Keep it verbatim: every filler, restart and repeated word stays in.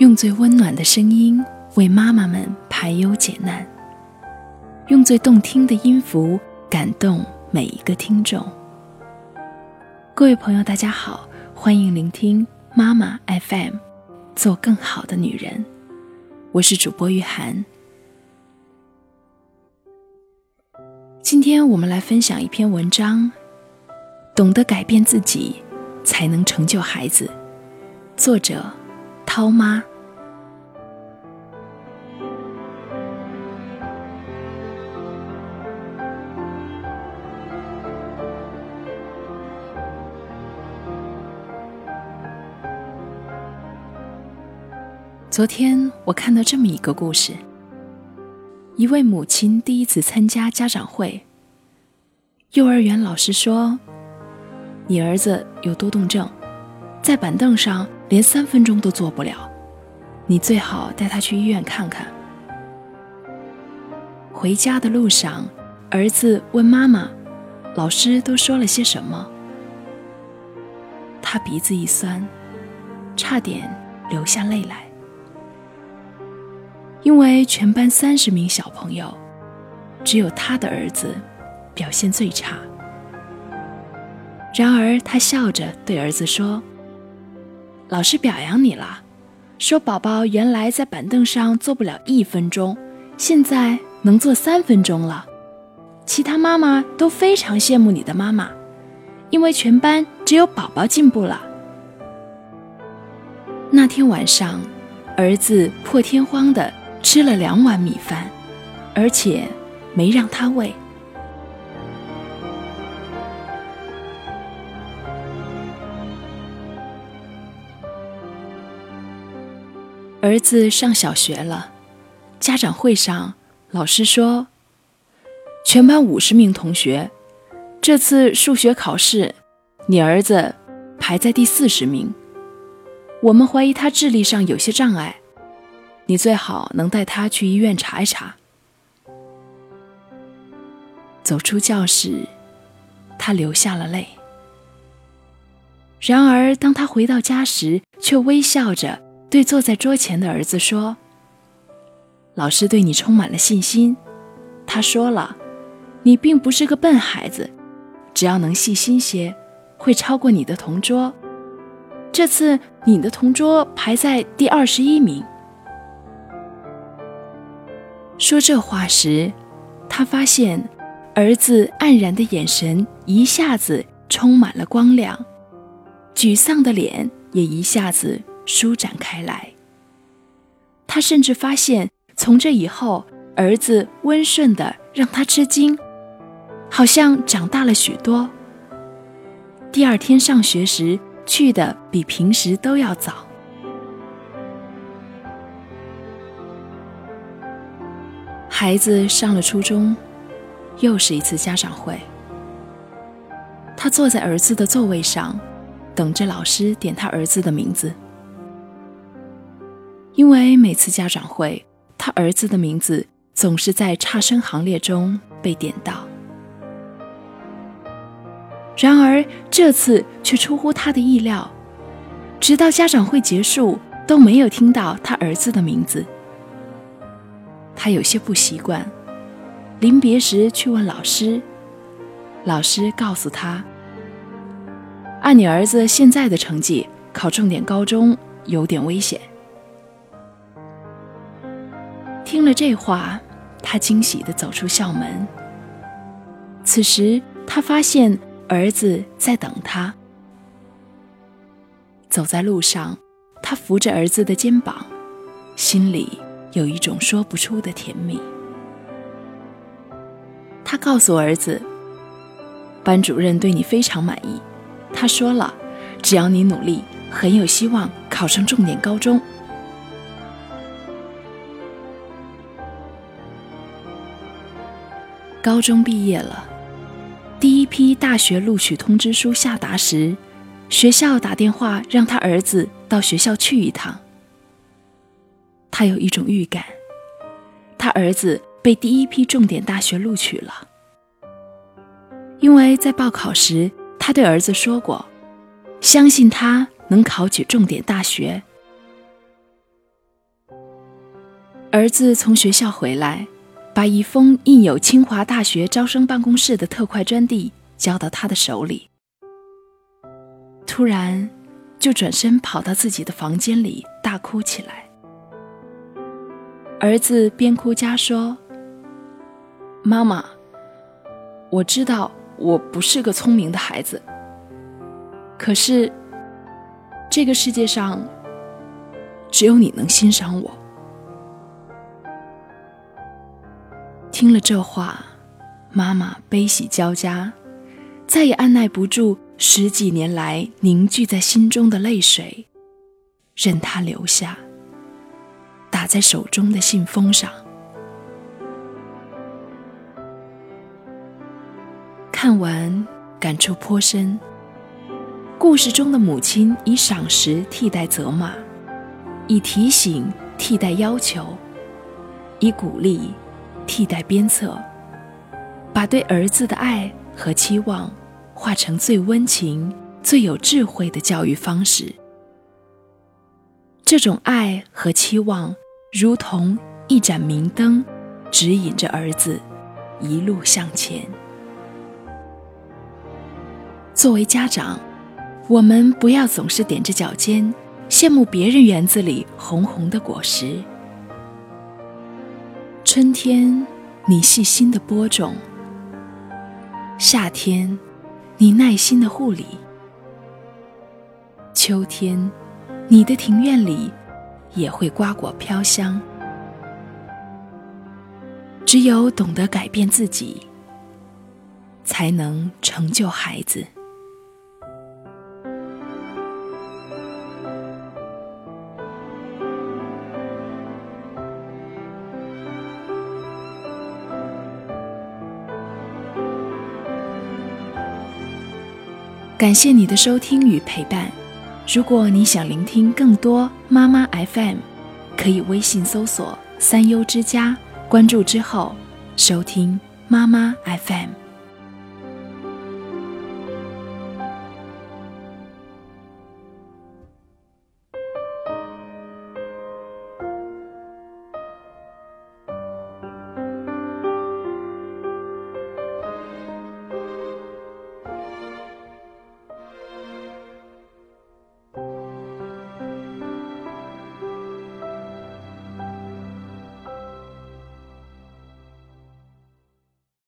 用最温暖的声音为妈妈们排忧解难，用最动听的音符感动每一个听众。各位朋友大家好，欢迎聆听妈妈 F M， 做更好的女人，我是主播玉涵。今天我们来分享一篇文章，懂得改变自己才能成就孩子，作者涛妈。昨天我看到这么一个故事，一位母亲第一次参加家长会，幼儿园老师说，你儿子有多动症，在板凳上连三分钟都坐不了，你最好带他去医院看看。回家的路上，儿子问妈妈，老师都说了些什么？他鼻子一酸，差点流下泪来。因为全班三十名小朋友，只有他的儿子表现最差。然而他笑着对儿子说，老师表扬你了，说宝宝原来在板凳上坐不了一分钟，现在能坐三分钟了。其他妈妈都非常羡慕你的妈妈，因为全班只有宝宝进步了。那天晚上，儿子破天荒地吃了两碗米饭，而且没让他喂。儿子上小学了，家长会上，老师说，全班五十名同学，这次数学考试，你儿子排在第四十名，我们怀疑他智力上有些障碍，你最好能带他去医院查一查。走出教室，他流下了泪。然而当他回到家时，却微笑着对坐在桌前的儿子说，老师对你充满了信心，他说了，你并不是个笨孩子，只要能细心些，会超过你的同桌。这次你的同桌排在第二十一名。说这话时，他发现儿子黯然的眼神一下子充满了光亮，沮丧的脸也一下子舒展开来。他甚至发现从这以后，儿子温顺的让他吃惊，好像长大了许多。第二天上学时，去的比平时都要早。孩子上了初中，又是一次家长会。他坐在儿子的座位上，等着老师点他儿子的名字。因为每次家长会，他儿子的名字总是在差生行列中被点到。然而这次却出乎他的意料，直到家长会结束，都没有听到他儿子的名字。他有些不习惯，临别时去问老师，老师告诉他，按你儿子现在的成绩，考重点高中有点危险。听了这话，他惊喜地走出校门。此时他发现儿子在等他。走在路上，他扶着儿子的肩膀，心里有一种说不出的甜蜜。他告诉儿子，班主任对你非常满意，他说了，只要你努力，很有希望考上重点高中。高中毕业了，第一批大学录取通知书下达时，学校打电话让他儿子到学校去一趟。他有一种预感，他儿子被第一批重点大学录取了。因为在报考时，他对儿子说过，相信他能考取重点大学。 儿子从学校回来，把一封印有清华大学招生办公室的特快专递交到他的手里，突然就转身跑到自己的房间里大哭起来。儿子边哭加说：妈妈，我知道我不是个聪明的孩子，可是这个世界上只有你能欣赏我。听了这话，妈妈悲喜交加，再也按耐不住十几年来凝聚在心中的泪水，任它流下，打在手中的信封上。看完感触颇深，故事中的母亲以赏识替代责骂，以提醒替代要求，以鼓励替代鞭策，把对儿子的爱和期望化成最温情、最有智慧的教育方式。这种爱和期望如同一盏明灯，指引着儿子一路向前。作为家长，我们不要总是踮着脚尖，羡慕别人园子里红红的果实。春天，你细心的播种；夏天，你耐心的护理；秋天，你的庭院里也会瓜果飘香。只有懂得改变自己，才能成就孩子。感谢你的收听与陪伴。如果你想聆听更多妈妈 F M， 可以微信搜索三优之家，关注之后收听妈妈 F M。